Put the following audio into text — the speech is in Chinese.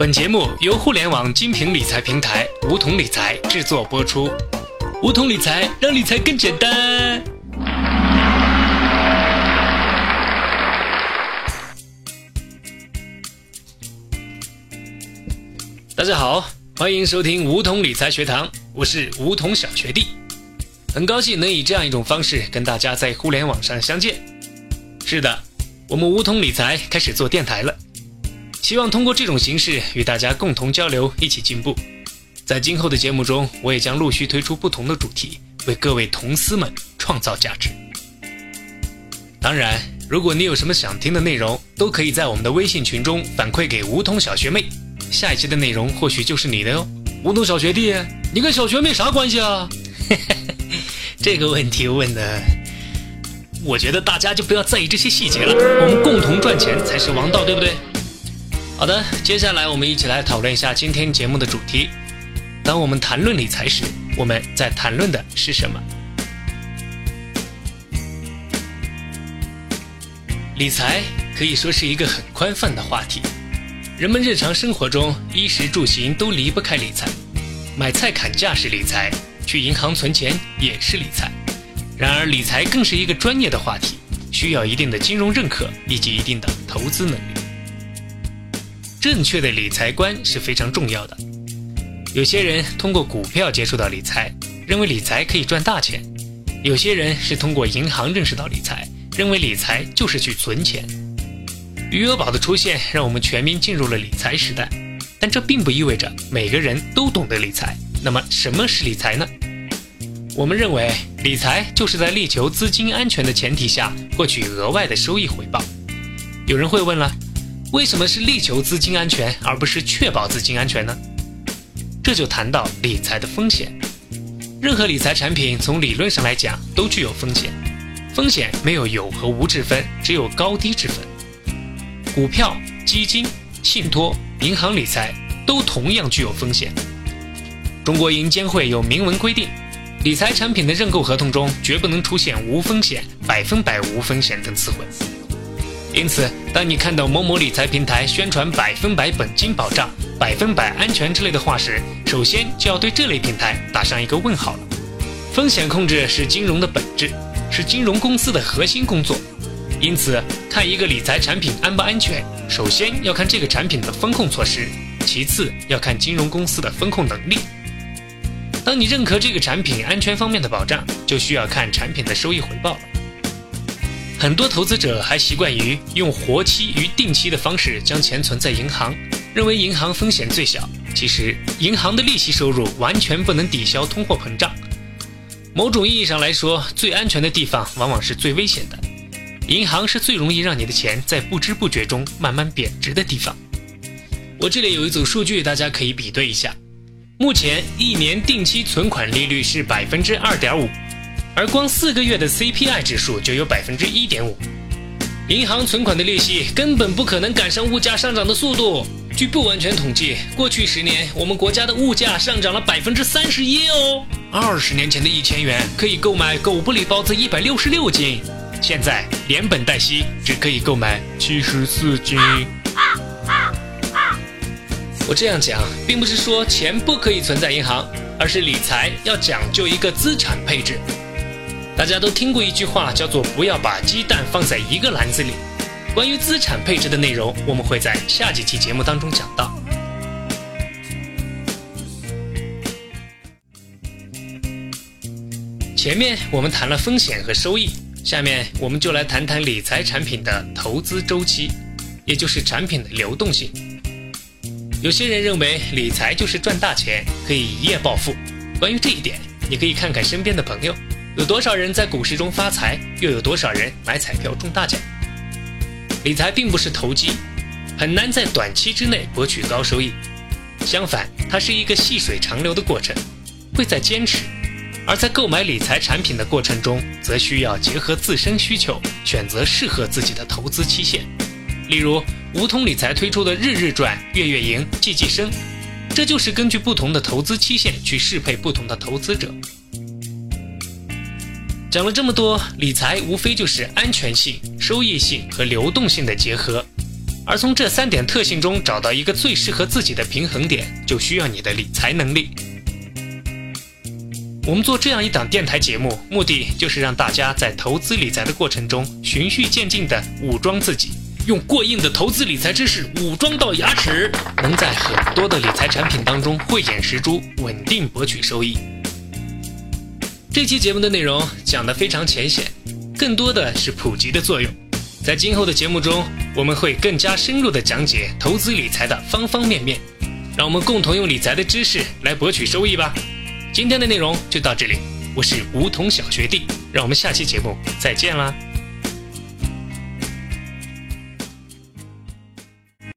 本节目由互联网精品理财平台梧桐理财制作播出。梧桐理财，让理财更简单。大家好，欢迎收听梧桐理财学堂，我是梧桐小学弟，很高兴能以这样一种方式跟大家在互联网上相见。是的，我们梧桐理财开始做电台了，希望通过这种形式与大家共同交流，一起进步。在今后的节目中，我也将陆续推出不同的主题，为各位同思们创造价值。当然，如果你有什么想听的内容，都可以在我们的微信群中反馈给梧桐小学妹，下一期的内容或许就是你的哟。梧桐小学弟，你跟小学妹啥关系啊？这个问题问的，我觉得大家就不要在意这些细节了，我们共同赚钱才是王道，对不对？好的，接下来我们一起来讨论一下今天节目的主题。当我们谈论理财时，我们在谈论的是什么？理财可以说是一个很宽泛的话题，人们日常生活中衣食住行都离不开理财，买菜砍价是理财，去银行存钱也是理财。然而理财更是一个专业的话题，需要一定的金融认可以及一定的投资能力。正确的理财观是非常重要的。有些人通过股票接触到理财，认为理财可以赚大钱；有些人是通过银行认识到理财，认为理财就是去存钱。余额宝的出现让我们全民进入了理财时代，但这并不意味着每个人都懂得理财。那么什么是理财呢？我们认为理财就是在力求资金安全的前提下获取额外的收益回报。有人会问了，为什么是力求资金安全而不是确保资金安全呢？这就谈到理财的风险。任何理财产品从理论上来讲都具有风险，风险没有有和无之分，只有高低之分。股票、基金、信托、银行理财都同样具有风险。中国银监会有明文规定，理财产品的认购合同中绝不能出现无风险、100%无风险等词汇。因此，当你看到某某理财平台宣传100%本金保障、100%安全之类的话时，首先就要对这类平台打上一个问号了。风险控制是金融的本质，是金融公司的核心工作。因此，看一个理财产品安不安全，首先要看这个产品的风控措施，其次要看金融公司的风控能力。当你认可这个产品安全方面的保障，就需要看产品的收益回报了。很多投资者还习惯于用活期与定期的方式将钱存在银行，认为银行风险最小。其实，银行的利息收入完全不能抵消通货膨胀。某种意义上来说，最安全的地方往往是最危险的。银行是最容易让你的钱在不知不觉中慢慢贬值的地方。我这里有一组数据，大家可以比对一下。目前1年定期存款利率是 2.5%， 而光4个月的 CPI 指数就有 1.5%。 银行存款的利息根本不可能赶上物价上涨的速度。据不完全统计，过去10年我们国家的物价上涨了 31% 哦。20年前的1000元可以购买狗不理包子166斤，现在连本带息只可以购买74斤。我这样讲并不是说钱不可以存在银行，而是理财要讲究一个资产配置。大家都听过一句话，叫做不要把鸡蛋放在一个篮子里。关于资产配置的内容，我们会在下几期节目当中讲到。前面我们谈了风险和收益，下面我们就来谈谈理财产品的投资周期，也就是产品的流动性。有些人认为理财就是赚大钱，可以一夜暴富。关于这一点，你可以看看身边的朋友，有多少人在股市中发财，又有多少人买彩票中大奖。理财并不是投机，很难在短期之内博取高收益。相反，它是一个细水长流的过程，贵在坚持。而在购买理财产品的过程中，则需要结合自身需求，选择适合自己的投资期限。例如，梧桐理财推出的日日赚、月月赢、季季升，这就是根据不同的投资期限去适配不同的投资者。讲了这么多，理财无非就是安全性、收益性和流动性的结合。 而从这3点特性中找到一个最适合自己的平衡点，就需要你的理财能力。我们做这样一档电台节目，目的就是让大家在投资理财的过程中循序渐进地武装自己，用过硬的投资理财知识武装到牙齿，能在很多的理财产品当中慧眼识珠，稳定博取收益。这期节目的内容讲得非常浅显，更多的是普及的作用。在今后的节目中，我们会更加深入地讲解投资理财的方方面面，让我们共同用理财的知识来博取收益吧。今天的内容就到这里，我是梧桐小学弟，让我们下期节目再见啦。